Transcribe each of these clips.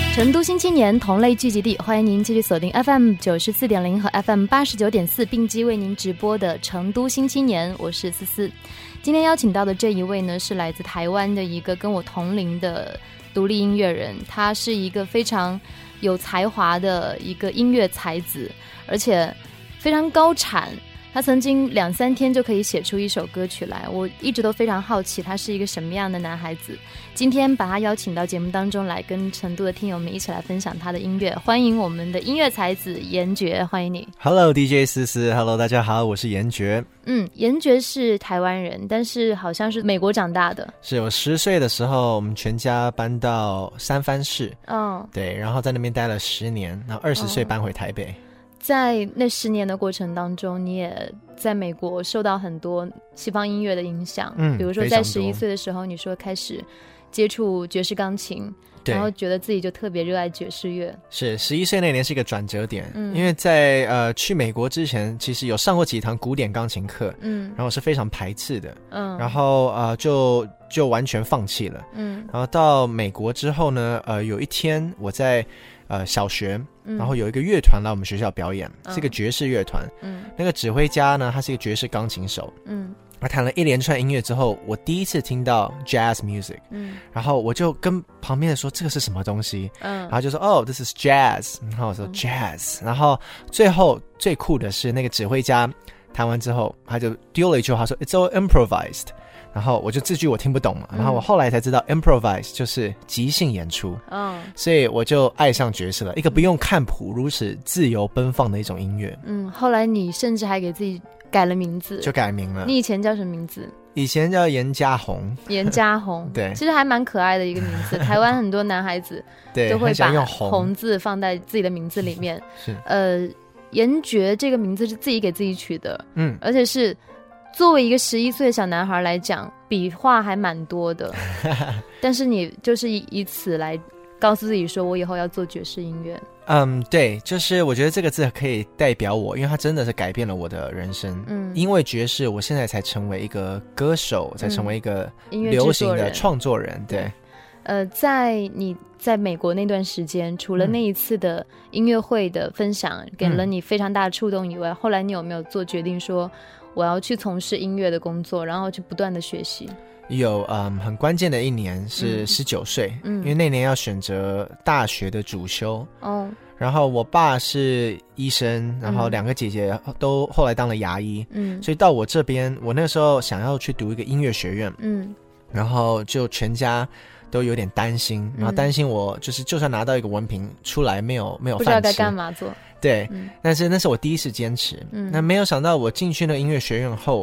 成都新青年同类聚集地，欢迎您继续锁定 FM 94.0和 FM 89.4并机为您直播的成都新青年，我是思思。今天邀请到的这一位呢，是来自台湾的一个跟我同龄的独立音乐人，他是一个非常有才华的一个音乐才子，而且非常高产。他曾经2-3天就可以写出一首歌曲来，我一直都非常好奇他是一个什么样的男孩子。今天把他邀请到节目当中来，跟成都的听友们一起来分享他的音乐。欢迎我们的音乐才子严爵，欢迎你。 Hello DJ 思思， Hello 大家好，我是严爵。 严爵是台湾人，但是好像是美国长大的。 是我10岁的时候，我们全家搬到三藩市，对，然后在那边待了10年，然后20岁搬回台北。 在那10年的过程当中，你也在美国受到很多西方音乐的影响，比如说在11岁的时候，你说开始接触爵士钢琴，然后觉得自己就特别热爱爵士乐。是 11岁那年是一个转折点，因为在去美国之前，其实有上过几堂古典钢琴课，然后是非常排斥的，然后就完全放弃了，然后到美国之后呢，有一天我在小学，然后有一个乐团来我们学校表演，是一个爵士乐团，那个指挥家呢，他是一个爵士钢琴手，他弹了一连串音乐之后，我第一次听到 jazz music，然后我就跟旁边的说这个是什么东西，然后就说哦 this is jazz， 然后我说 jazz， 然后最后最酷的是那个指挥家弹完之后，他就丢了一句话说 it's all improvised，然后我就这句我听不懂嘛，然后我后来才知道 improvise 就是即兴演出，所以我就爱上爵士了，一个不用看谱如此自由奔放的一种音乐。 后来你甚至还给自己改了名字， 就改名了。 你以前叫什么名字？ 以前叫严家宏。 严家宏对， 其实还蛮可爱的一个名字。台湾很多男孩子都会把宏字放在自己的名字里面。是严爵这个名字是自己给自己取的，而且是作为一个11岁的小男孩来讲，笔画还蛮多的。但是你就是以此来告诉自己说，我以后要做爵士音乐。 对，就是我觉得这个字可以代表我，因为它真的是改变了我的人生。因为爵士，我现在才成为一个歌手，才成为一个流行的创作人。对。在你在美国那段时间，除了那一次的音乐会的分享给了你非常大的触动以外，后来你有没有做决定说我要去从事音乐的工作，然后去不断的学习？ 有很关键的一年是19岁，因为那年要选择大学的主修。然后我爸是医生，然后2个姐姐都后来当了牙医，所以到我这边，我那时候想要去读一个音乐学院，然后就全家都有点担心，然后担心我就算拿到一个文凭出来没有饭吃， 不知道该干嘛做。 对，但是那是我第一次坚持。那没有想到我进去那个音乐学院后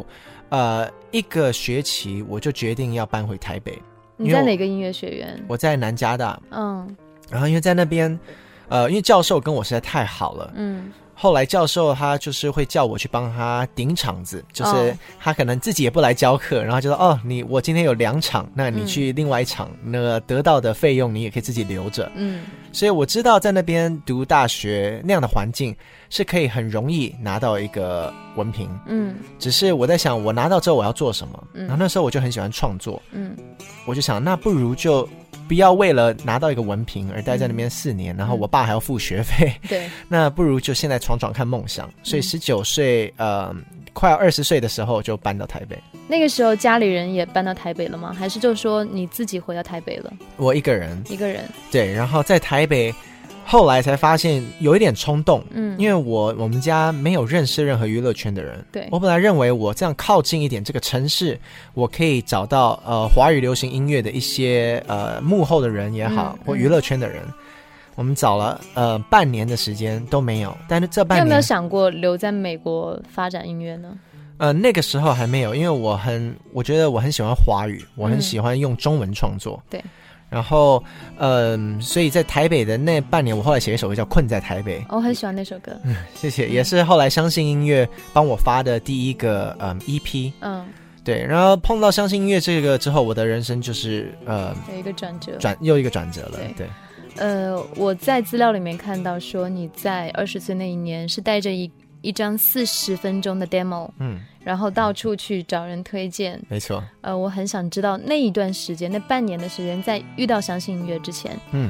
，1个学期我就决定要搬回台北。 你在哪个音乐学院？ 我在南加大。然后因为在那边因为教授跟我实在太好了，后来教授他就是会叫我去帮他顶场子，就是他可能自己也不来教课，然后就说我今天有2场，那你去另外1场，那个得到的费用你也可以自己留着。所以我知道在那边读大学那样的环境是可以很容易拿到一个文凭。只是我在想我拿到之后我要做什么，然后那时候我就很喜欢创作，我就想那不如就不要为了拿到一个文凭而待在那边4年，然后我爸还要付学费，对，那不如就现在闯闯看梦想。所以19岁快要20岁的时候就搬到台北。 那个时候家里人也搬到台北了吗？还是就说你自己回到台北了？ 我一个人。对，然后在台北后来才发现有一点冲动，因为我们家没有认识任何娱乐圈的人，对，我本来认为我这样靠近一点这个城市，我可以找到华语流行音乐的一些幕后的人也好，或娱乐圈的人。我们找了半年的时间都没有，但是这半年你有没有想过留在美国发展音乐呢？ 那个时候还没有，因为我觉得我很喜欢华语，我很喜欢用中文创作，对。然后所以在台北的那半年，我后来写一首歌叫《困在台北》，我很喜欢那首歌。 谢谢，也是后来相信音乐帮我发的第一个EP。对，然后碰到相信音乐这个之后，我的人生就是有一个转折， 又一个转折了。对。 我在资料里面看到说你在20岁那一年是带着一张40分钟的 demo， 然后到处去找人推荐。没错。我很想知道那一段时间，那半年的时间，在遇到相信音乐之前，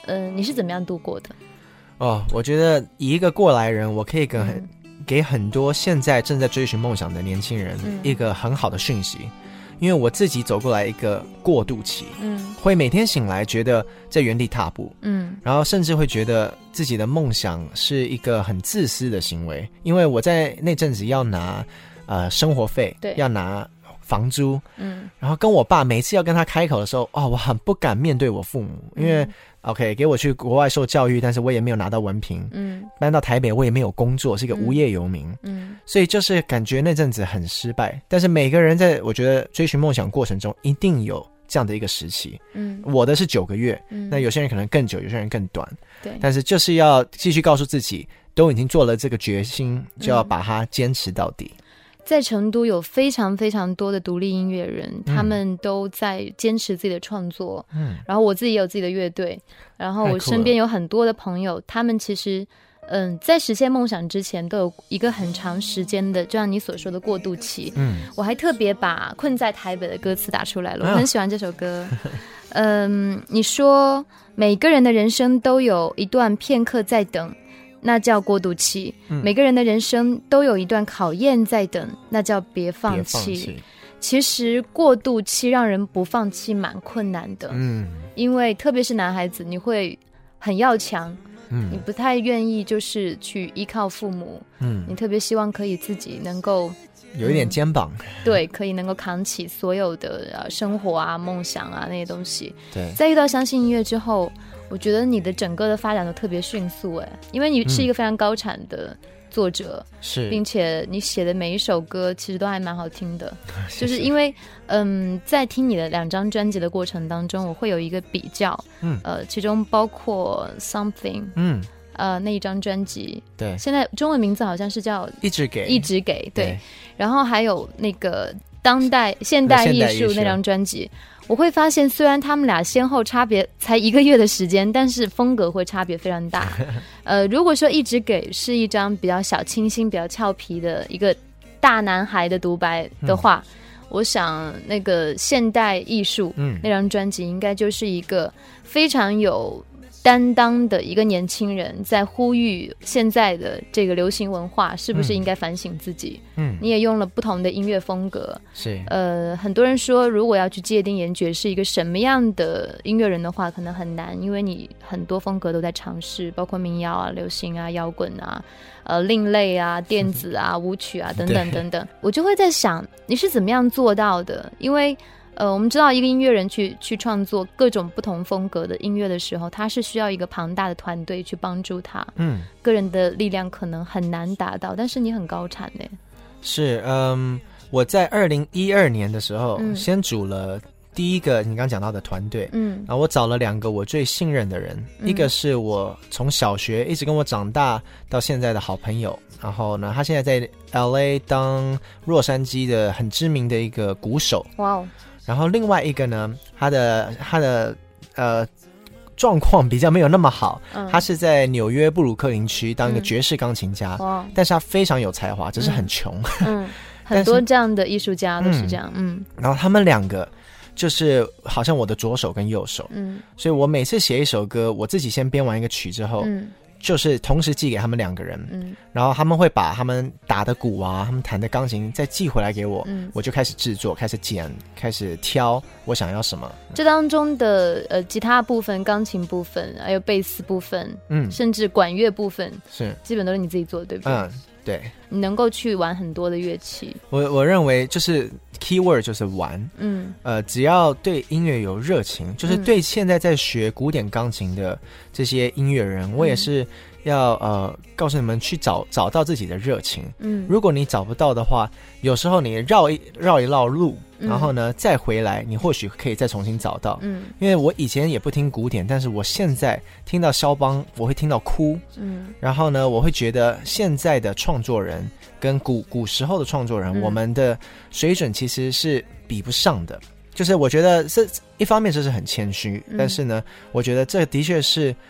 你是怎么样度过的？ 我觉得以一个过来人，我可以给很多现在正在追寻梦想的年轻人一个很好的讯息，因为我自己走过来一个过渡期，会每天醒来觉得在原地踏步，然后甚至会觉得自己的梦想是一个很自私的行为，因为我在那阵子要拿生活费，要拿房租，然后跟我爸每次要跟他开口的时候，我很不敢面对我父母，因为OK 给我去国外受教育，但是我也没有拿到文凭，搬到台北我也没有工作，是一个无业游民，所以就是感觉那阵子很失败。但是每个人在我觉得追寻梦想过程中一定有这样的一个时期，我的是9个月，那有些人可能更久，有些人更短，对，但是就是要继续告诉自己，都已经做了这个决心，就要把它坚持到底。 在成都有非常非常多的独立音乐人，他们都在坚持自己的创作，然后我自己也有自己的乐队，然后我身边有很多的朋友，他们其实在实现梦想之前都有一个很长时间的，就像你所说的过渡期。我还特别把困在台北的歌词打出来了，我很喜欢这首歌。你说每个人的人生都有一段片刻在等，那叫过渡期，每个人的人生都有一段考验在等，那叫别放弃。其实过渡期让人不放弃蛮困难的，因为特别是男孩子，你会很要强，你不太愿意就是去依靠父母，你特别希望可以自己能够有一点肩膀， 对，可以能够扛起所有的生活啊、梦想啊那些东西。 对， 在遇到相信音乐之后，我觉得你的整个的发展都特别迅速，因为你是一个非常高产的作者，是，并且你写的每一首歌其实都还蛮好听的。就是因为在听你的2张专辑的过程当中，我会有一个比较，其中包括 Something，那一张专辑，对，现在中文名字好像是叫一直给，对，然后还有那个当代现代艺术那张专辑，我会发现虽然他们俩先后差别才1个月的时间，但是风格会差别非常大。如果说一直给是一张比较小清新比较俏皮的一个大男孩的独白的话，我想那个现代艺术那张专辑应该就是一个非常有担当的一个年轻人，在呼吁现在的这个流行文化是不是应该反省自己。你也用了不同的音乐风格，是很多人说如果要去界定严爵是一个什么样的音乐人的话可能很难，因为你很多风格都在尝试，包括民谣啊、流行啊、摇滚啊、另类啊、电子啊、舞曲啊等等等等。我就会在想你是怎么样做到的，因为我们知道一个音乐人去创作各种不同风格的音乐的时候，他是需要一个庞大的团队去帮助他，个人的力量可能很难达到，但是你很高产耶。 是，我在2012年的时候，先组了第一个你刚讲到的团队，然后我找了2个我最信任的人，一个是我从小学一直跟我长大到现在的好朋友，然后呢，他现在在 LA 当洛杉矶的很知名的一个鼓手，哇哦。然后另外一个呢，他的状况比较没有那么好，他是在纽约布鲁克林区当一个爵士钢琴家，但是他非常有才华，只是很穷。 很多这样的艺术家都是这样。 然后他们2个就是好像我的左手跟右手，所以我每次写一首歌，我自己先编完一个曲之后，就是同时寄给他们2个人，然后他们会把他们打的鼓啊，他们弹的钢琴再寄回来给我，我就开始制作，开始剪，开始挑我想要什么。 这当中的吉他部分、钢琴部分，还有贝斯部分，甚至管乐部分，是基本都是你自己做的，对不对？ 对， 你能够去玩很多的乐器。 我认为就是 keyword 就是玩，只要对音乐有热情，就是对现在在学古典钢琴的这些音乐人，我也是要告诉你们去找到自己的热情。如果你找不到的话，有时候你绕一绕路，然后呢再回来，你或许可以再重新找到。因为我以前也不听古典，但是我现在听到肖邦我会听到哭，然后呢我会觉得现在的创作人跟古时候的创作人，我们的水准其实是比不上的。就是我觉得这一方面这是很谦虚，但是呢我觉得这的确是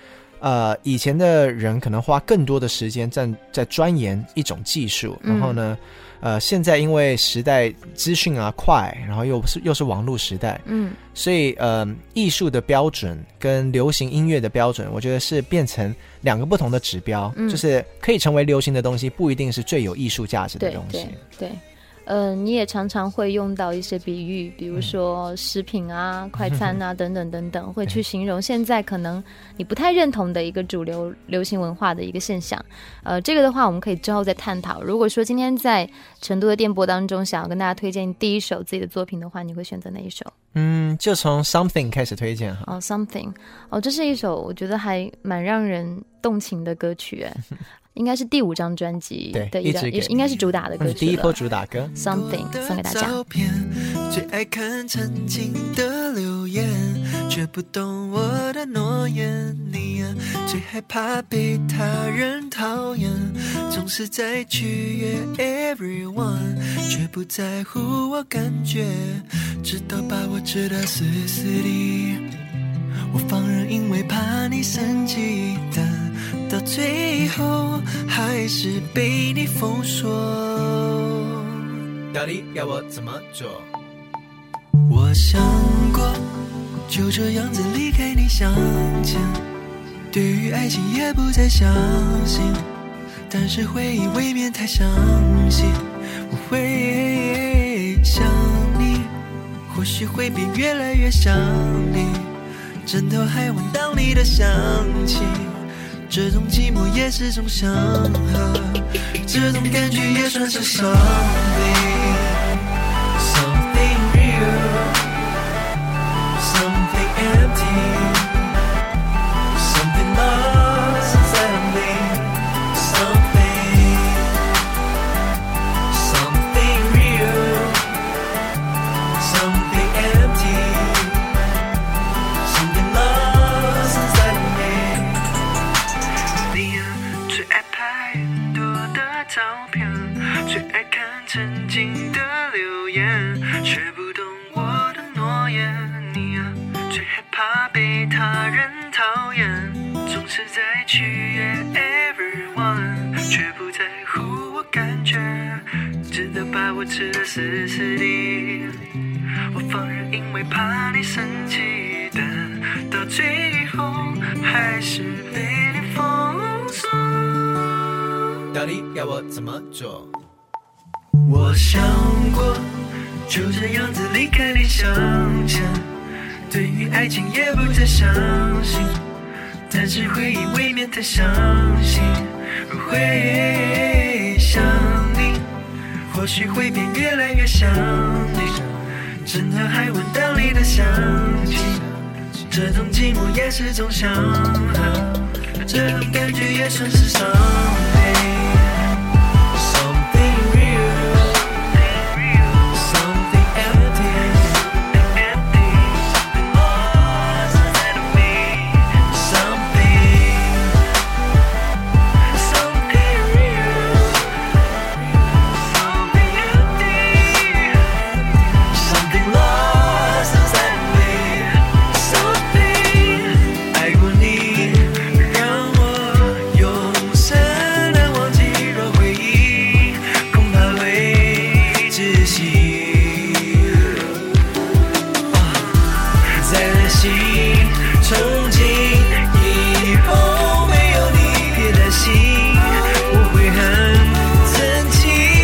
以前的人可能花更多的时间在钻研一种技术，然后呢现在因为时代资讯啊快，然后又是网络时代，所以艺术的标准跟流行音乐的标准，我觉得是变成2个不同的指标，就是可以成为流行的东西，不一定是最有艺术价值的东西。 对。你也常常会用到一些比喻，比如说食品啊、快餐啊等等等等，会去形容现在可能你不太认同的一个主流流行文化的一个现象。这个的话我们可以之后再探讨。如果说今天在成都的电波当中想要跟大家推荐第一首自己的作品的话，你会选择哪一首？ 就从 Something 开始推荐哈。 Something 这是一首我觉得还蛮让人动情的歌曲应该是第5张专辑的应该是主打的歌曲了， 第一波主打歌 Something 送给大家。 最爱看曾经的留言，却不懂我的诺言。你啊，最害怕被他人讨厌，总是在取悦 everyone， 却不在乎我感觉，直到把我吃得死死的。我放任，因为怕你生气，但到最后还是被你封锁。 到底要我怎么做？ 我想过就这样子离开你向前，对于爱情也不再相信，但是回忆未免太详细。我会想你，或许会变越来越想你，枕头还闻到你的香气，这种寂寞也是种祥和，这种感觉也算是 something real， something empty， something lost inside of me， something real， something empty， something lost inside of me。 你啊，最爱拍很多的照片，最爱看曾经的留言，却不懂我的诺言。你啊，最害怕被他人讨厌，总是在取悦 everyone， 却不在乎我感觉，直到把我吃得死死的。我放任，因为怕你生气，但到最后还是被你封锁。 到底要我怎么做？ 我想过就这样子离开你向前，对于爱情也不再相信，但是回忆未免太详细。我会想你，或许会变越来越想你，枕头还闻到你的香气，这种寂寞也是种祥和，这种感觉也算是 something，something real，something empty，lost inside of me，something real，something empty，something lost inside of me，something。爱过你，让我永生难忘记，若回忆恐怕会窒息。在内心憧憬，以后没有你别担心，我会很生气。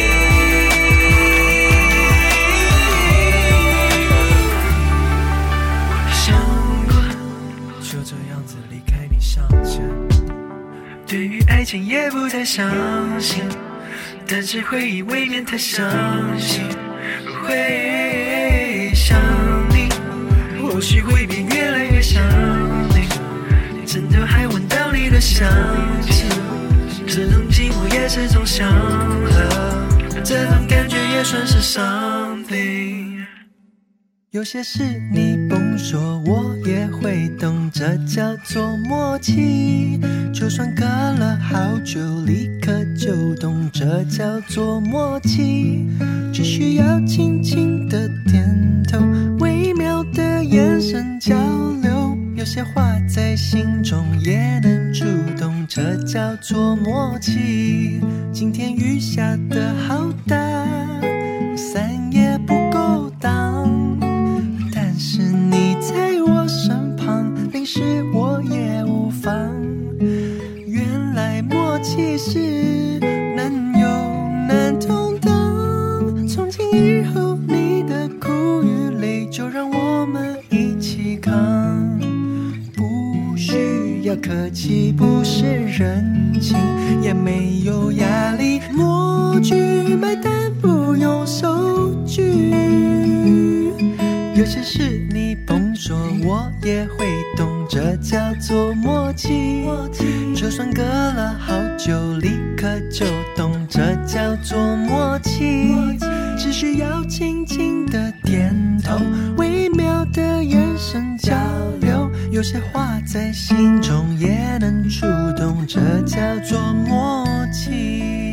想过就这样子离开你向前，对于爱情也不太相信，但是回忆未免太详细。我会想你，或许会变越来越想你，枕头还闻到你的香气，这种寂寞也是种祥和，这种感觉也算是 something。有些事你不说我也会懂，这叫做默契，就算隔了好久立刻就懂，这叫做默契，只需要轻轻的点头，微妙的眼神交流，有些话在心中也能触动，这叫做默契。今天雨下得好大，伞也不够挡，但是你在我身旁，淋湿我也无妨。原来默契是能有难同当，从今以后你的苦与累就让我们一起扛，不需要客气，不是人情，也没有压力，默剧买单不用收据，有些事你甭说我也会懂，这叫做默契。就算隔了好久立刻就懂，这叫做默契。只需要轻轻的点头，微妙的眼神交流，有些话在心中也能触动，这叫做默契。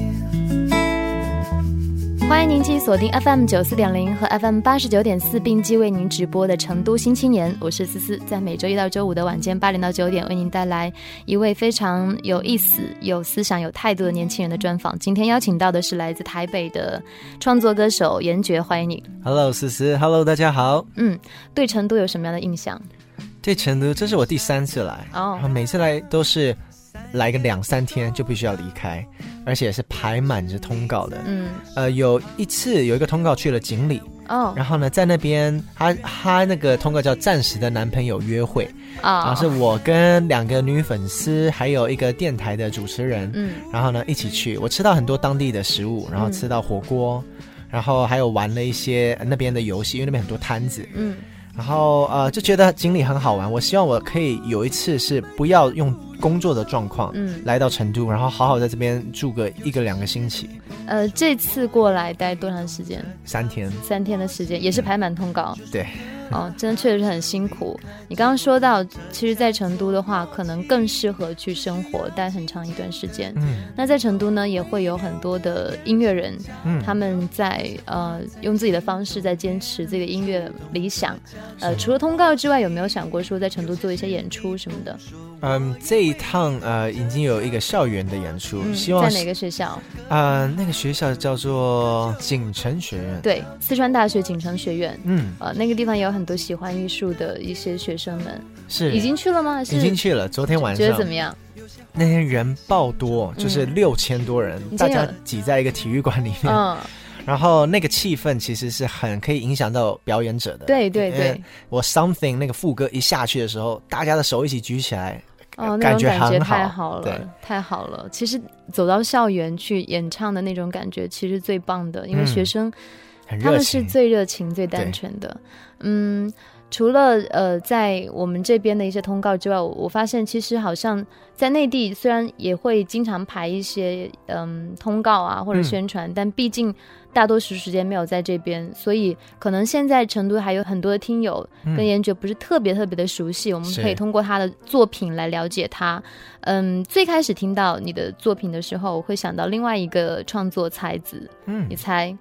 欢迎您继续锁定 FM94.0 和 FM89.4 并机为您直播的成都新青年，我是思思，在每周一到周五的晚间8点到9点为您带来一位非常有意思、有思想、有态度的年轻人的专访。今天邀请到的是来自台北的创作歌手严爵，欢迎你。 Hello 思思 Hello 大家好。 对成都有什么样的印象？ 对成都，这是我第3次来，然后每次来都是来个2-3天就必须要离开，而且是排满着通告的。有一次有一个通告去了锦里，然后呢在那边他那个通告叫暂时的男朋友约会，然后是我跟2个女粉丝还有一个电台的主持人，然后呢一起去，我吃到很多当地的食物，然后吃到火锅，然后还有玩了一些那边的游戏，因为那边很多摊子，然后就觉得锦里很好玩。我希望我可以有一次是不要用工作的状况来到成都，然后好好在这边住个1个2个星期。 这次过来待多长时间？3天的时间，也是排满通告。 对。 真的确实是很辛苦。你刚刚说到其实在成都的话可能更适合去生活待很长一段时间，那在成都呢也会有很多的音乐人，他们在用自己的方式在坚持这个音乐理想。除了通告之外，有没有想过说在成都做一些演出什么的？ 这一趟已经有一个校园的演出，希望在哪个学校？ 那个学校叫做锦城学院。 对，四川大学锦城学院。那个地方也有很多喜欢艺术的一些学生们。是已经去了吗？ 已经去了，昨天晚上。 觉得怎么样？ 那天人爆多，就是6000多人，大家挤在一个体育馆里面。然后那个气氛其实是很可以影响到表演者的。对对对，我 something 那个副歌一下去的时候，大家的手一起举起来，感觉很好， 太好了，太好了。其实走到校园去演唱的那种感觉，其实最棒的，因为学生他们是最热情、最单纯的。除了在我们这边的一些通告之外，我发现其实好像在内地虽然也会经常排一些通告啊或者宣传，但毕竟大多数时间没有在这边，所以可能现在成都还有很多的听友跟严爵不是特别的熟悉，我们可以通过他的作品来了解他。最开始听到你的作品的时候，我会想到另外一个创作才子，你猜？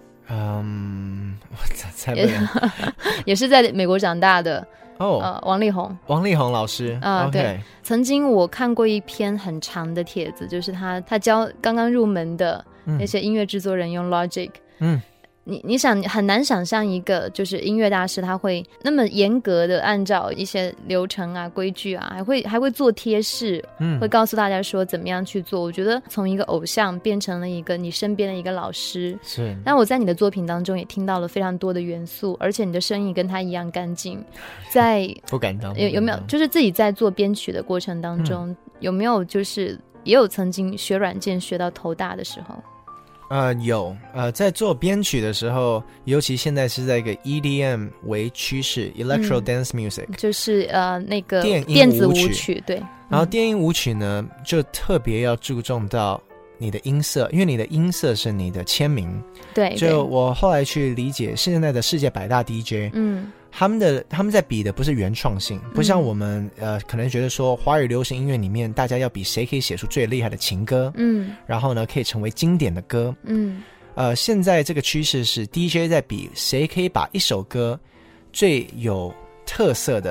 我猜不了。也是在美国长大的王力宏老师对。曾经我看过一篇很长的帖子，就是他教刚刚入门的那些音乐制作人用 Logic。你想很难想象一个就是音乐大师他会那么严格的按照一些流程啊规矩啊，还会做贴士，会告诉大家说怎么样去做。我觉得从一个偶像变成了一个你身边的一个老师。是。那我在你的作品当中也听到了非常多的元素，而且你的声音跟他一样干净。在不敢当。有没有就是自己在做编曲的过程当中，有没有就是也有曾经学软件学到头大的时候？ 有在做编曲的时候，尤其现在是在一个 EDM 为趋势 Electro Dance Music，就是那个电子舞曲。对。 然后电音舞曲呢就特别要注重到你的音色，因为你的音色是你的签名。对。就我后来去理解现在的世界100大 DJ，他们在比的不是原创性，不像我们可能觉得说华语流行音乐里面大家要比谁可以写出最厉害的情歌，然后呢可以成为经典的歌。现在这个趋势是 DJ 在比谁可以把一首歌最有特色的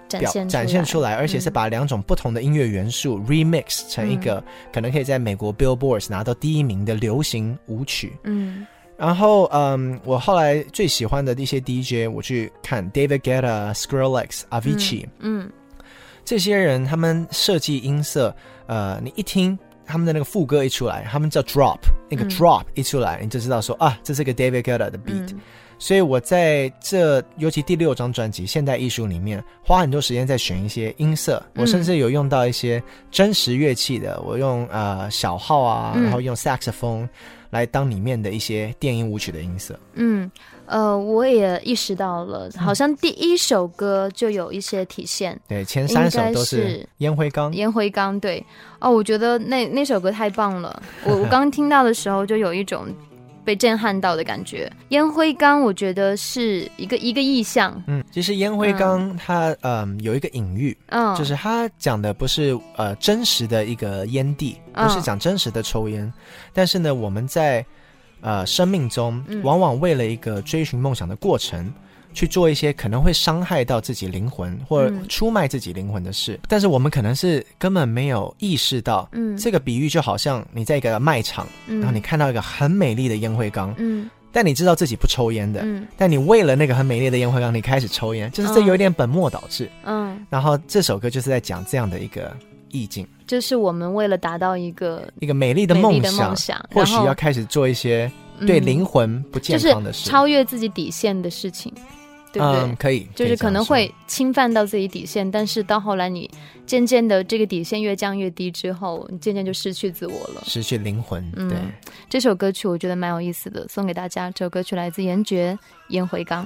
展现出来，而且是把2种不同的音乐元素 remix 成一个可能可以在美国 Billboard 拿到第1名的流行舞曲。然后我后来最喜欢的一些 DJ 我去看 David Guetta、Skrillex、Avicii，这些人他们设计音色，你一听他们的那个副歌一出来，他们叫 drop， 那个 drop 一出来，你就知道说啊，这是个 David Guetta 的 beat。所以我在尤其第6张专辑《现代艺术》里面花很多时间在选一些音色，我甚至有用到一些真实乐器的，我用小号啊，然后用 saxophone 来当里面的一些电音舞曲的音色。 我也意识到了，好像第1首歌就有一些体现。 对，前3首都是烟灰缸。 烟灰缸，对。我觉得那首歌太棒了。我刚听到的时候就有一种被震撼到的感觉。烟灰缸我觉得是一个意象。 其实烟灰缸它有一个隐喻，就是它讲的不是真实的一个烟蒂，不是讲真实的抽烟，但是呢我们在生命中往往为了一个追寻梦想的过程去做一些可能会伤害到自己灵魂或者出卖自己灵魂的事，但是我们可能是根本没有意识到。这个比喻就好像你在一个卖场，然后你看到一个很美丽的烟灰缸，但你知道自己不抽烟的，但你为了那个很美丽的烟灰缸你开始抽烟，就是这有点本末倒置。然后这首歌就是在讲这样的一个意境，就是我们为了达到一个美丽的梦想，或许要开始做一些对灵魂不健康的事， 就是超越自己底线的事情，对不对？ 可以， 就是可能会侵犯到自己底线，但是到后来你渐渐的这个底线越降越低之后，你渐渐就失去自我了， 失去灵魂。对， 这首歌曲我觉得蛮有意思的，送给大家。这首歌曲来自严爵《烟灰缸》。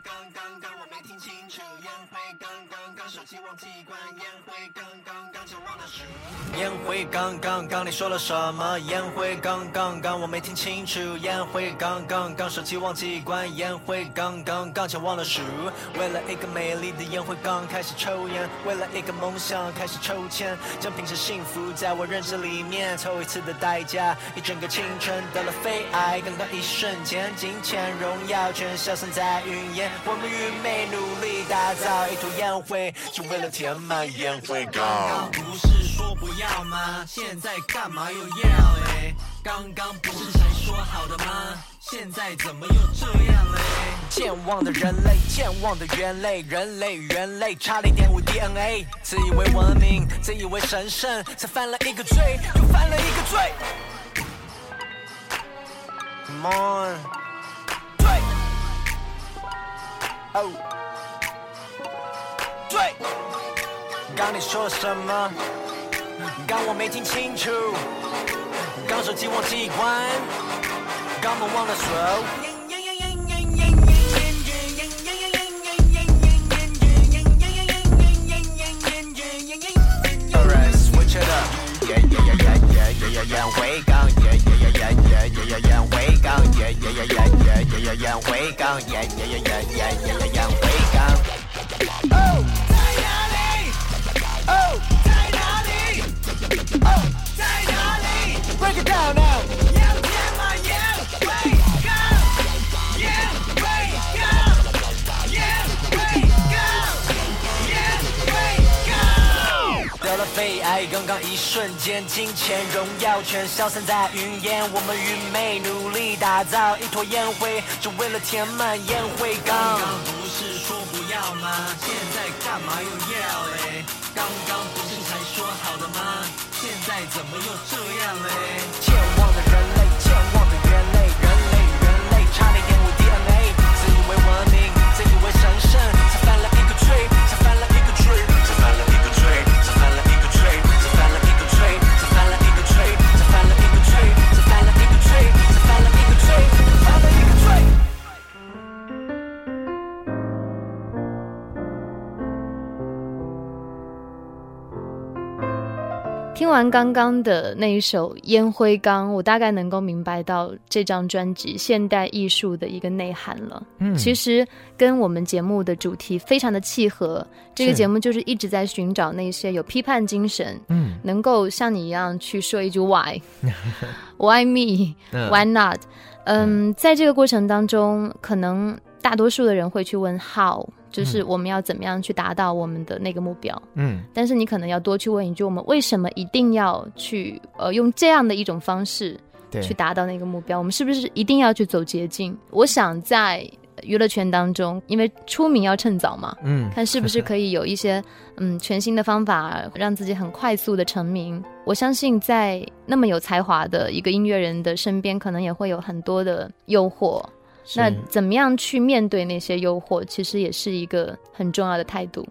烟灰缸刚刚你说了什么？烟灰缸刚刚我没听清楚。烟灰缸刚刚手机忘记关。烟灰缸刚刚钱忘了数。为了一个美丽的烟灰缸开始抽烟，为了一个梦想开始抽签，将平时幸福在我认知里面抽一次的代价，一整个青春得了肺癌。刚刚一瞬间，金钱荣耀全消散在云烟，我们愚昧努力打造一坨烟灰，就为了填满烟灰缸。不是说不要吗？现在干嘛又要刚刚不是才说好的吗？现在怎么又这样健忘的人类，健忘的猿类，人类与猿类差了1.5 DNA， 自以为文明，自以为神圣，才犯了一个罪，又犯了一个罪。Come on， 对，哦，对，刚你说什么？刚我没听清楚，刚手机忘记关，刚门忘了锁。Alright, switch it up. Yeah, yeah, yeah, yeah, yeah, yeah, yeah, 烟灰缸 Yeah, yeah, yeah, yeah, yeah, yeah, yeah, 烟灰缸 Yeah, yeah, yeah, yeah, yeah, yeah, yeah, 烟灰缸 Yeah, yeah, yeah, yeah, yeah, yeah, yeah, 烟灰缸。Oh， 在哪里 ？Oh， 在哪里 ？Oh， 在哪里 ？Break it down now。要填满烟灰缸，烟灰缸，烟灰缸，烟灰缸。得了肺癌，刚刚一瞬间，金钱荣耀全消散在云烟，我们愚昧努力打造一坨烟灰，就为了填满烟灰缸。刚刚不是说不要吗？现在干嘛又要刚刚不是才说好的吗？现在怎么又这样健忘的人类，健忘的猿类，人类与猿类差了1.5 DNA， 自以为文明，自以为神圣，才犯了一个罪，才犯了一个罪，才犯了一个罪，才犯了一个罪，才犯了一个罪，才犯了一个罪，才犯了一个罪，才犯了一个罪，才犯了一个罪，才犯了一个罪。 听完刚刚的那一首《烟灰缸》，我大概能够明白到这张专辑现代艺术的一个内涵了。其实跟我们节目的主题非常的契合。这个节目就是一直在寻找那些有批判精神，能够像你一样去说一句 Why Why me Why not？在这个过程当中，可能大多数的人会去问 how， 就是我们要怎么样去达到我们的那个目标。但是你可能要多去问一句，我们为什么一定要去用这样的一种方式去达到那个目标？我们是不是一定要去走捷径？我想在娱乐圈当中，因为出名要趁早嘛，看是不是可以有一些全新的方法让自己很快速的成名。我相信在那么有才华的一个音乐人的身边，可能也会有很多的诱惑，那怎么样去面对那些诱惑，其实也是一个很重要的态度。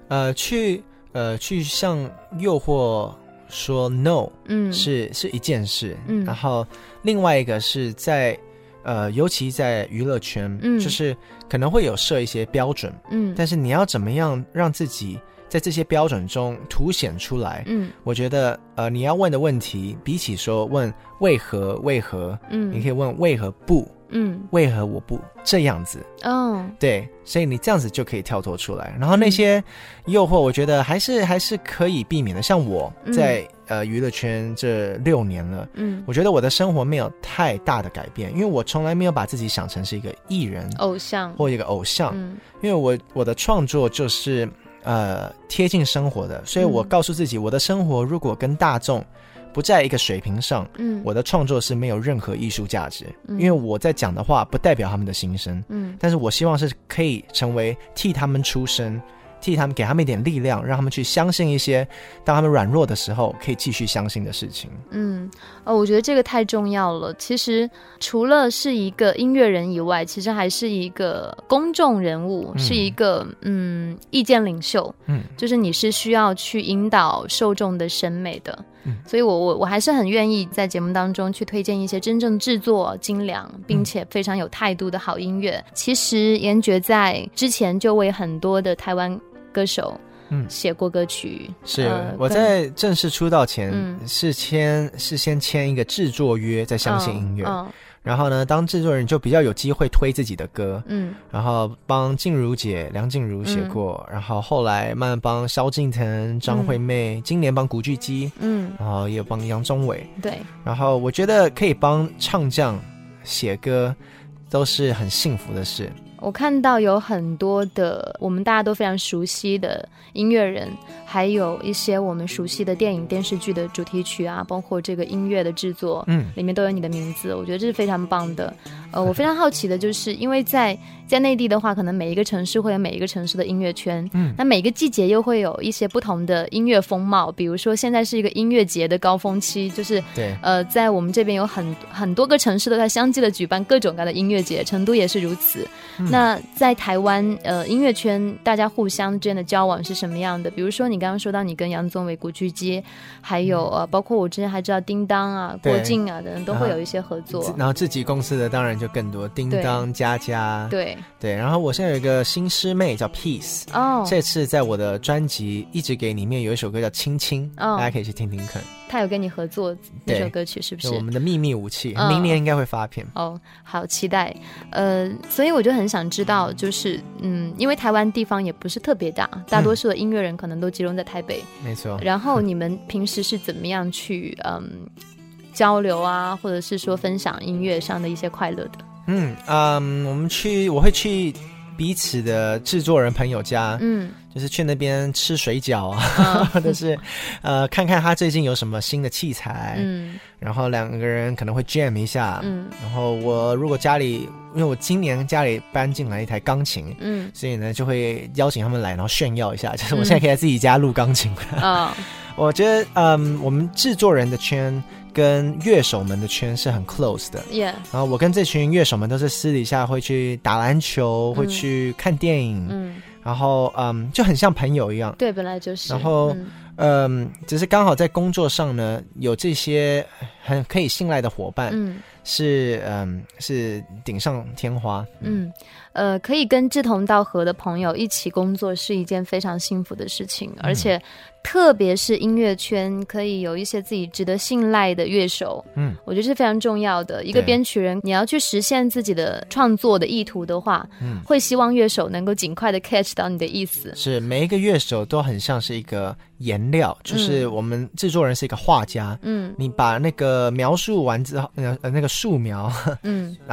去向诱惑说 no，是一件事，然后另外一个是在尤其在娱乐圈，就是可能会有设一些标准，但是你要怎么样让自己在这些标准中凸显出来？我觉得你要问的问题，比起说问为何，你可以问为何不，为何我不这样子？对，所以你这样子就可以跳脱出来。然后那些诱惑，我觉得还是可以避免的。像我在娱乐圈这6年了，我觉得我的生活没有太大的改变，因为我从来没有把自己想成是一个艺人、 偶像或一个偶像，因为我的创作就是贴近生活的，所以我告诉自己，我的生活如果跟大众不在一个水平上，我的创作是没有任何艺术价值，因为我在讲的话不代表他们的心声，但是我希望是可以成为替他们出声，替他们给他们一点力量，让他们去相信一些当他们软弱的时候可以继续相信的事情。 我觉得这个太重要了。其实除了是一个音乐人以外，其实还是一个公众人物，是一个意见领袖，就是你是需要去引导受众的审美的。所以我还是很愿意在节目当中去推荐一些真正制作精良并且非常有态度的好音乐。其实严爵在之前就为很多的台湾歌手写过歌曲。 是我在正式出道前是先签一个制作约在相信音乐，然后呢当制作人就比较有机会推自己的歌，然后帮静茹姐梁静茹写过，然后后来慢慢帮萧敬腾、张惠妹，今年帮古巨基，然后也有帮杨宗纬。对，然后我觉得可以帮唱将写歌都是很幸福的事。 我看到有很多的我们大家都非常熟悉的音乐人，还有一些我们熟悉的电影电视剧的主题曲啊，包括这个音乐的制作，里面都有你的名字，我觉得这是非常棒的。我非常好奇的就是因为在内地的话，可能每一个城市会有每一个城市的音乐圈，那每个季节又会有一些不同的音乐风貌。比如说现在是一个音乐节的高峰期，就是在我们这边有很多个城市都在相继的举办各种各样的音乐节，成都也是如此。那在台湾音乐圈大家互相之间的交往是什么样的？比如说你刚刚说到你跟杨宗纬、古巨基，还有包括我之前还知道叮当啊、郭靖啊等等都会有一些合作， 然后自己公司的当然就更多，叮当、佳佳，对，然后我现在有一个新师妹叫 Peace， 这次在我的专辑一直给里面有一首歌叫亲亲，大家可以去听听看。 他有跟你合作那首歌曲是不是？ 我们的秘密武器，明年应该会发片。 好期待。所以我就很想知道，就是因为台湾地方也不是特别大，大多数的音乐人可能都集中在台北，没错。然后你们平时是怎么样去交流啊，或者是说分享音乐上的一些快乐的？ 我会去彼此的制作人朋友家，就是去那边吃水饺啊，或者是看看他最近有什么新的器材，然后两个人可能会 jam 一下，然后我如果家里，因为我今年家里搬进来一台钢琴，所以呢就会邀请他们来，然后炫耀一下，就是我现在可以在自己家录钢琴。我觉得我们制作人的圈跟乐手们的圈是很 close 的，然后我跟这群乐手们都是私底下会去打篮球，会去看电影，然后就很像朋友一样。对，本来就是。然后只是刚好在工作上呢，有这些很可以信赖的伙伴，是顶上添花。可以跟志同道合的朋友一起工作是一件非常幸福的事情，而且特别是音乐圈可以有一些自己值得信赖的乐手，我觉得是非常重要的。一个编曲人你要去实现自己的创作的意图的话，会希望乐手能够尽快的 catch 到你的意思。是，每一个乐手都很像是一个颜料，就是我们制作人是一个画家，你把那个描述完之后，那个素描，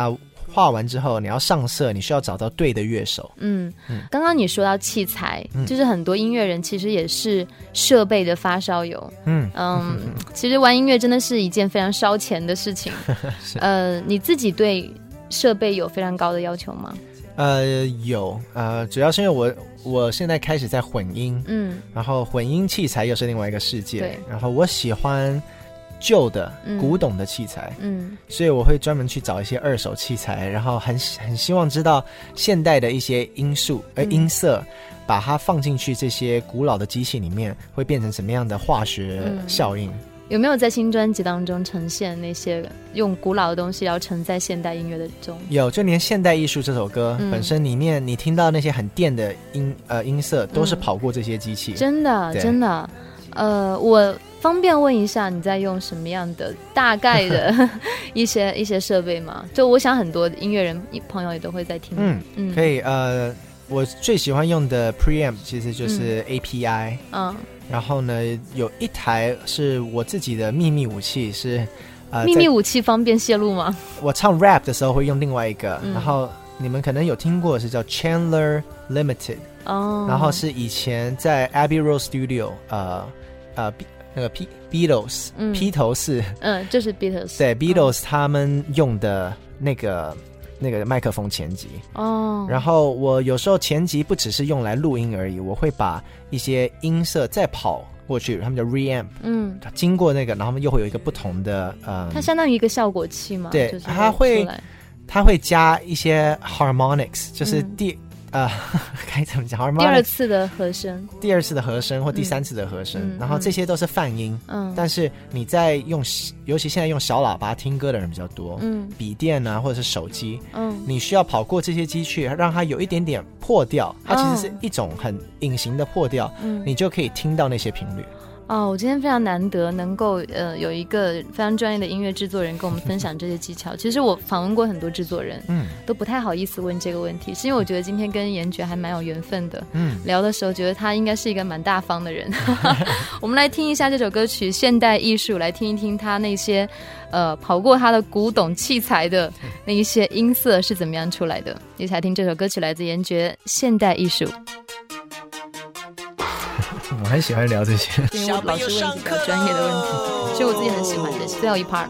画完之后你要上色，你需要找到对的乐手。 刚刚你说到器材，就是很多音乐人其实也是设备的发烧友。其实玩音乐真的是一件非常烧钱的事情。你自己对设备有非常高的要求吗？ 有，主要是因为我现在开始在混音，然后混音器材又是另外一个世界， 对， 然后我喜欢旧的古董的器材，所以我会专门去找一些二手器材，然后很希望知道现代的一些音色，把它放进去这些古老的机器里面会变成什么样的化学效应。 有没有在新专辑当中呈现那些用古老的东西然后承载现代音乐的中？ 有，就连现代艺术这首歌本身里面你听到那些很电的音色都是跑过这些机器。 真的真的。我方便问一下你在用什么样的大概的一些设备吗？就我想很多音乐人朋友也都会在听。 可以。我最喜欢用的 preamp 其实就是 API。然后呢，有一台是我自己的秘密武器，是秘密武器方便泄露吗？ 我唱 rap 的时候会用另外一个，然后你们可能有听过是叫 Chandler Limited。然后是以前在 Abbey Road Studio 那个 Beatles 披头士， 就是 Beatles， 对 Beatles 他们用的那个麦克风前级。然后我有时候前级不只是用来录音而已，我会把一些音色再跑过去，他们叫 reamp， 经过那个，然后他们又会有一个不同的它相当于一个效果器嘛。 对， 就是、 它会加一些 harmonics， 就是该怎么讲？ 第二次的和声， 或第三次的和声，然后这些都是泛音。但是你在尤其现在用小喇叭听歌的人比较多，笔电啊或者是手机，你需要跑过这些机去，让它有一点点破调，它其实是一种很隐形的破调，你就可以听到那些频率。 我今天非常难得能够有一个非常专业的音乐制作人跟我们分享这些技巧。其实我访问过很多制作人，都不太好意思问这个问题，是因为我觉得今天跟严爵还蛮有缘分的。聊的时候觉得他应该是一个蛮大方的人。我们来听一下这首歌曲《现代艺术》，来听一听他那些跑过他的古董器材的那一些音色是怎么样出来的。一起来听这首歌曲，来自严爵《现代艺术》。 我很喜欢聊这些， 因为我老是问比较专业的问题，所以我自己很喜欢这些。最后一 part，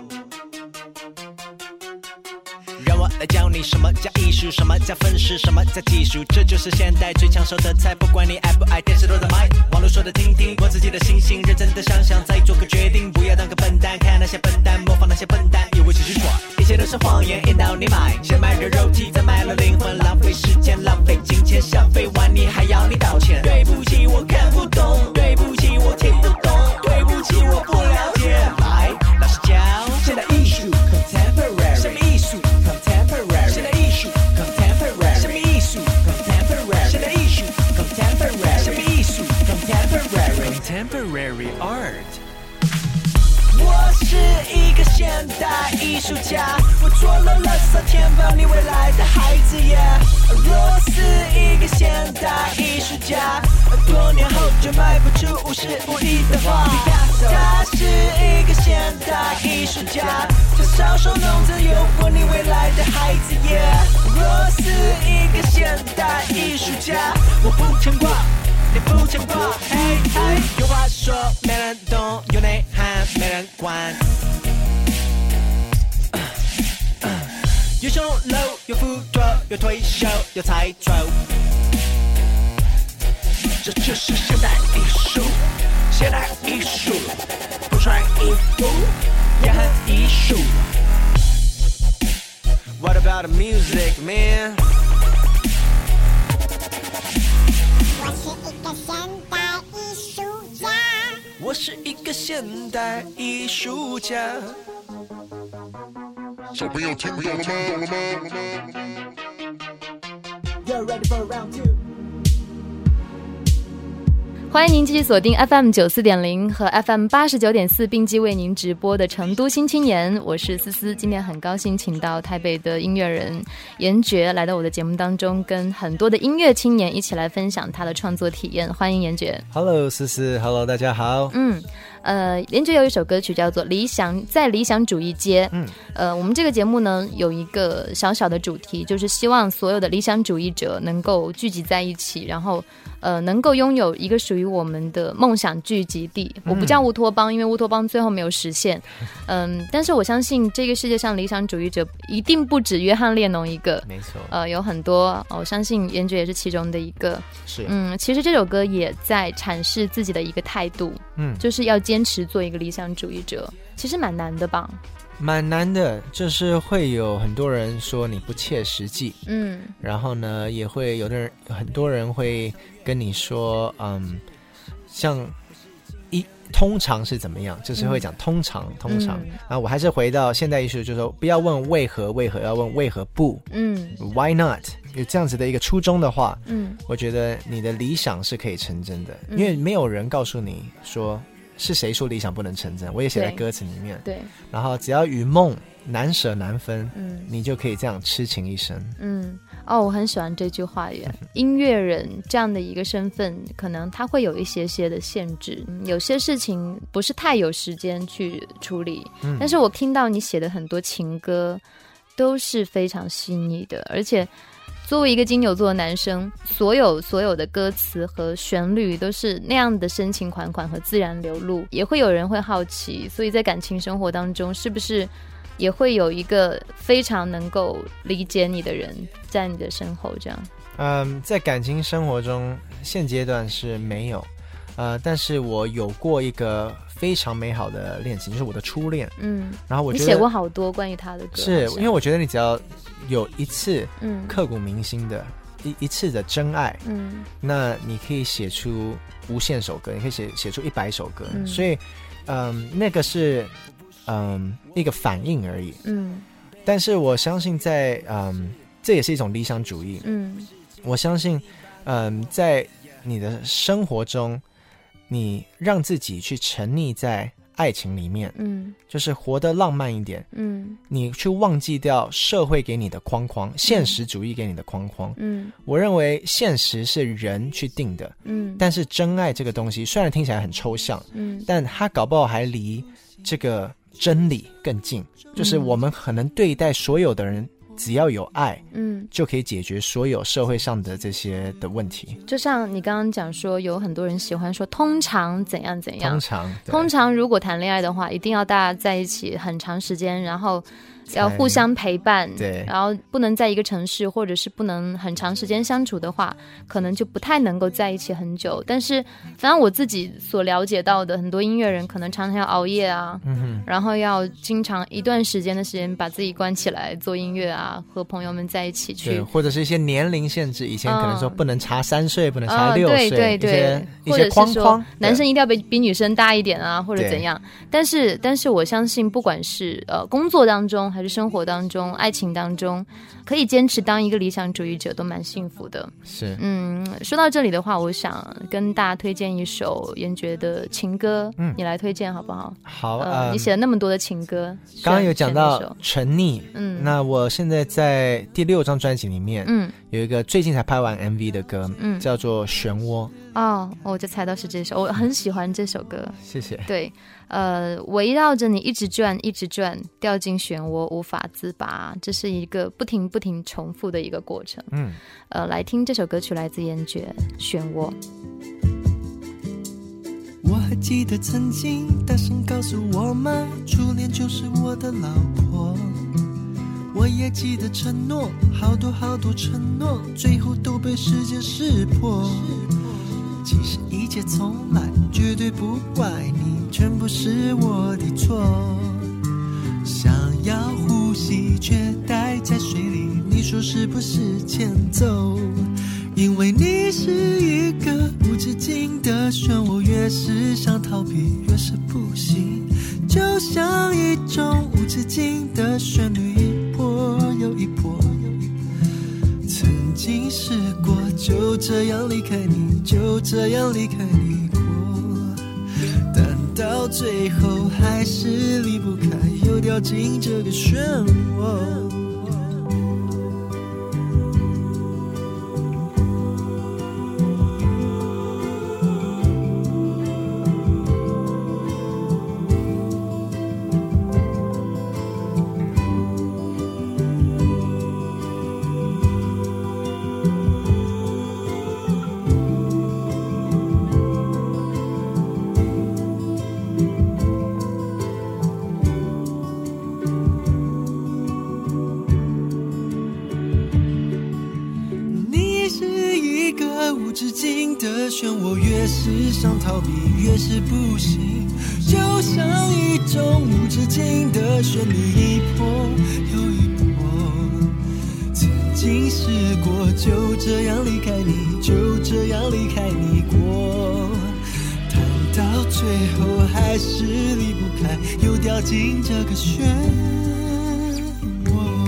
让我来教你什么叫艺术，什么叫分式，什么叫技术，这就是现代最抢手的菜。不管你爱不爱，电视都在卖，网络说的听听，我自己的星星，认真的想想，再做个决定，不要当个笨蛋，看那些笨蛋，模仿那些笨蛋，以为继续耍，一切都是谎言，引导你买，先买了肉体，再买了灵魂，浪费时间，浪费金钱，消费完你还要你道歉。对不起，我看不懂，对不起，我听不懂，对不起，我不了解。来，老师教现代艺术 contemporary， 什么艺术 contemporary， 现代艺术 contemporary， 什么艺术 contemporary， 现代艺术 contemporary， 什么艺术 contemporary， contemporary art。我是一个现代艺术家，我做了垃圾填饱你未来的孩子耶。我是一个现代艺术家，多年后就卖不出55亿的画。他是一个现代艺术家，他搔首弄姿诱惑你未来的孩子耶。我是一个现代艺术家，我不牵挂你不牵挂，嘿嘿，有话说没人懂，有内涵没人管，有售楼，有附着，有退休，有财主，这就是现代艺术，现代艺术，不穿衣服也很艺术。What about the music, man?我是一个现代艺术家。 小朋友听懂了吗 ？You're ready for round two。 欢迎您继续锁定 FM 94.0和 FM 89.4并机为您直播的成都新青年，我是思思。今天很高兴请到台北的音乐人严爵来到我的节目当中，跟很多的音乐青年一起来分享他的创作体验。欢迎严爵。 Hello 思思 Hello 大家好。 严爵有一首歌曲叫做在理想主义街。 我们这个节目呢有一个小小的主题，就是希望所有的理想主义者能够聚集在一起，然后能够拥有一个属于我们的梦想聚集地。我不叫乌托邦，因为乌托邦最后没有实现。但是我相信这个世界上理想主义者一定不止约翰列侬一个， 没错。 有很多，我相信严爵也是其中的一个。 是， 其实这首歌也在阐释自己的一个态度，就是要坚持做一个理想主义者。其实蛮难的吧？ 蛮难的，就是会有很多人说你不切实际，然后呢，也会有的人，很多人会跟你说，像通常是怎么样，就是会讲通常，啊，我还是回到现代艺术，就是说不要问为何，要问为何不，Why not？ 有这样子的一个初衷的话，我觉得你的理想是可以成真的，因为没有人告诉你说。是谁说理想不能成真？我也写在歌词里面。 对， 然后只要与梦难舍难分，你就可以这样痴情一生。 我很喜欢这句话耶。音乐人这样的一个身份，可能他会有一些的限制，有些事情不是太有时间去处理。但是我听到你写的很多情歌，都是非常细腻的，而且。作为一个金牛座的男生，所有的歌词和旋律都是那样的深情款款和自然流露。也会有人会好奇，所以在感情生活当中，是不是也会有一个非常能够理解你的人在你的身后这样？ 在感情生活中，现阶段是没有，但是我有过一个非常美好的恋情，就是我的初恋。然后我觉得你写过好多关于他的歌， 是因为我觉得你只要有一次刻骨铭心的一次的真爱，那你可以写出无限首歌，你可以写出100首歌，所以那个是一个反应而已。但是我相信在这也是一种理想主义。我相信在你的生活中，你让自己去沉溺在爱情里面，就是活得浪漫一点，你去忘记掉社会给你的框框，现实主义给你的框框，我认为现实是人去定的，但是真爱这个东西虽然听起来很抽象，但它搞不好还离这个真理更近，就是我们可能对待所有的人。只要有爱，就可以解决所有社会上的这些的问题。就像你刚刚讲说，有很多人喜欢说通常怎样怎样，通常如果谈恋爱的话，一定要大家在一起很长时间，然后要互相陪伴， 对， 然后不能在一个城市，或者是不能很长时间相处的话，可能就不太能够在一起很久。但是反正我自己所了解到的，很多音乐人可能常常要熬夜啊，然后要经常一段时间的时间把自己关起来做音乐啊，和朋友们在一起去， 或者是一些年龄限制，以前可能说不能查3岁，不能查6岁， 对， 一些框框， 男生一定要比女生大一点啊，或者怎样。但是我相信，不管是工作当中还是生活当中、爱情当中，可以坚持当一个理想主义者，都蛮幸福的。 是， 说到这里的话，我想跟大家推荐一首严爵的情歌，你来推荐好不好？ 好， 你写了那么多的情歌， 刚刚有讲到沉溺，那我现在在第6张专辑里面，有一个最近才拍完 MV 的歌，叫做《漩涡》。 我就猜到是这首，我很喜欢这首歌。 谢谢。 对，围绕着你一直转，一直转，掉进漩涡无法自拔，这是一个不停重复的一个过程。来听这首歌曲，来自严爵《漩涡》。 我还记得曾经大声告诉我妈，初恋就是我的老婆。我也记得承诺，好多承诺，最后都被时间识破。其实一切从来绝对不怪你，全部是我的错。想要呼吸却待在水里，你说是不是欠揍？因为你是一个无止境的漩涡，越是想逃避越是不行，就像一种无止境的旋律，一波又一波。曾经试过就这样离开你，就这样离开你过，但到最后还是离不开，又掉进这个漩涡。 漩涡，越是想逃避越是不行，就像一种无止境的旋律，一波又一波。曾经试过就这样离开你，就这样离开你过，但到最后还是离不开，又掉进这个漩涡。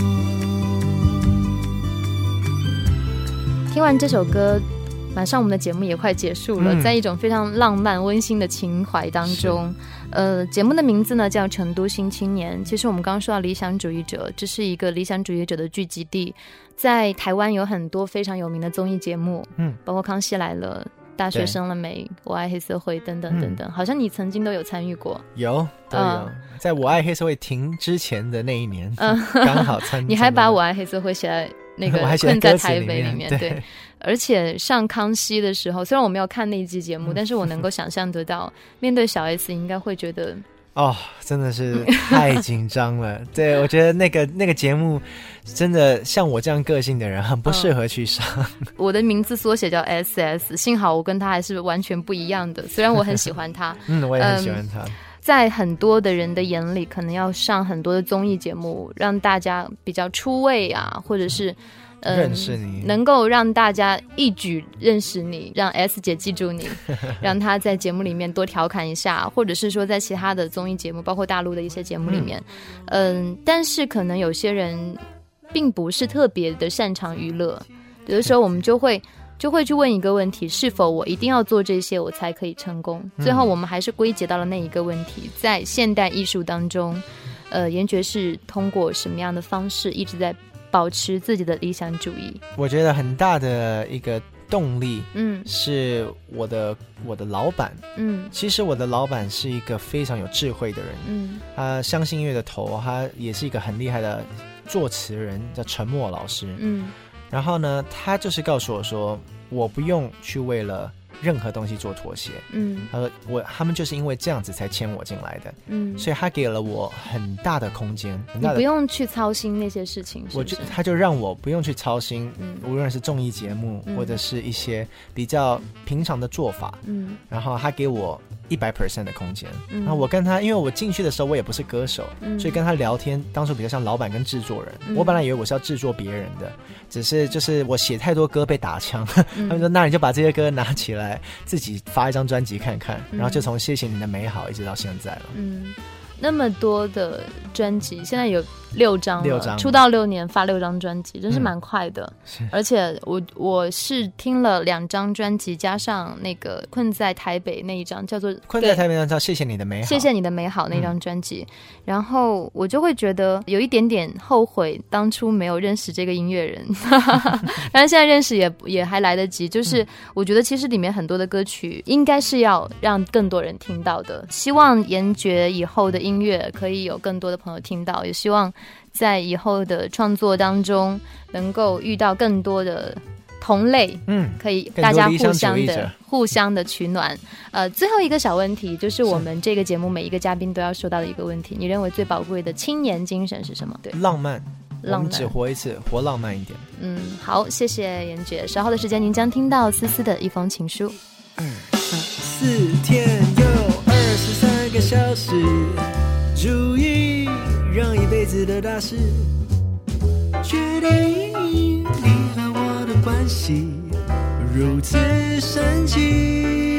听完这首歌，马上我们的节目也快结束了，在一种非常浪漫温馨的情怀当中，节目的名字呢叫《成都新青年》。其实我们刚刚说到理想主义者，这是一个理想主义者的聚集地，在台湾有很多非常有名的综艺节目，包括《康熙来了》、大学生了没、我爱黑社会等等等等，好像你曾经都有参与过。 有，都有，在我爱黑社会停之前的那一年，刚好参与。 你还把我爱黑社会写在那个困在台北里面，对。而且上康熙的时候，虽然我没有看那一季节目，但是我能够想象得到，面对小 S 应该会觉得真的是太紧张了。对，我觉得那个节目真的像我这样个性的人很不适合去上。 我的名字缩写叫 SS， 幸好我跟他还是完全不一样的，虽然我很喜欢他我也很喜欢他。 在很多的人的眼里，可能要上很多的综艺节目，让大家比较出位啊，或者是认识你， 能够让大家一举认识你，让 S 姐记住你，让她在节目里面多调侃一下，或者是说在其他的综艺节目，包括大陆的一些节目里面，但是可能有些人并不是特别的擅长娱乐，有的时候我们就会去问一个问题，是否我一定要做这些我才可以成功？最后我们还是归结到了那一个问题，在现代艺术当中，严爵是通过什么样的方式一直在保持自己的理想主义？我觉得很大的一个动力，是我的老板，其实我的老板是一个非常有智慧的人，他相信音乐的头，他也是一个很厉害的作词人，叫陈默老师，然后呢，他就是告诉我说，我不用去为了任何东西做妥协，他说他们就是因为这样子才签我进来的，所以他给了我很大的空间，你不用去操心那些事情，是不是？ 他就让我不用去操心，无论是综艺节目，或者是一些比较平常的做法，然后他给我100% 的空间，然后我跟他，因为我进去的时候我也不是歌手，所以跟他聊天当初比较像老板跟制作人，我本来以为我是要制作别人的，只是就是我写太多歌被打枪，他们说那你就把这些歌拿起来自己发一张专辑看看，然后就从谢谢你的美好一直到现在了。 那么多的专辑，现在有6张了，出道6年发6张专辑，真是蛮快的。而且我是听了2张专辑，加上那个困在台北那一张，叫做困在台北那张谢谢你的美好， 谢谢你的美好那张专辑，然后我就会觉得有一点点后悔当初没有认识这个音乐人，但是现在认识也还来得及。就是我觉得其实里面很多的歌曲应该是要让更多人听到的，希望严爵以后的音乐可以有更多的朋友听到，也希望在以后的创作当中能够遇到更多的同类，可以大家互相的取暖。最后一个小问题，就是我们这个节目每一个嘉宾都要说到的一个问题，你认为最宝贵的青年精神是什么？对， 浪漫。我们只活一次，活浪漫一点。 好，谢谢严爵。稍后的时间您将听到思思的一封情书。 4天又23个小时，注意让一辈子的大事决定你和我的关系如此神奇。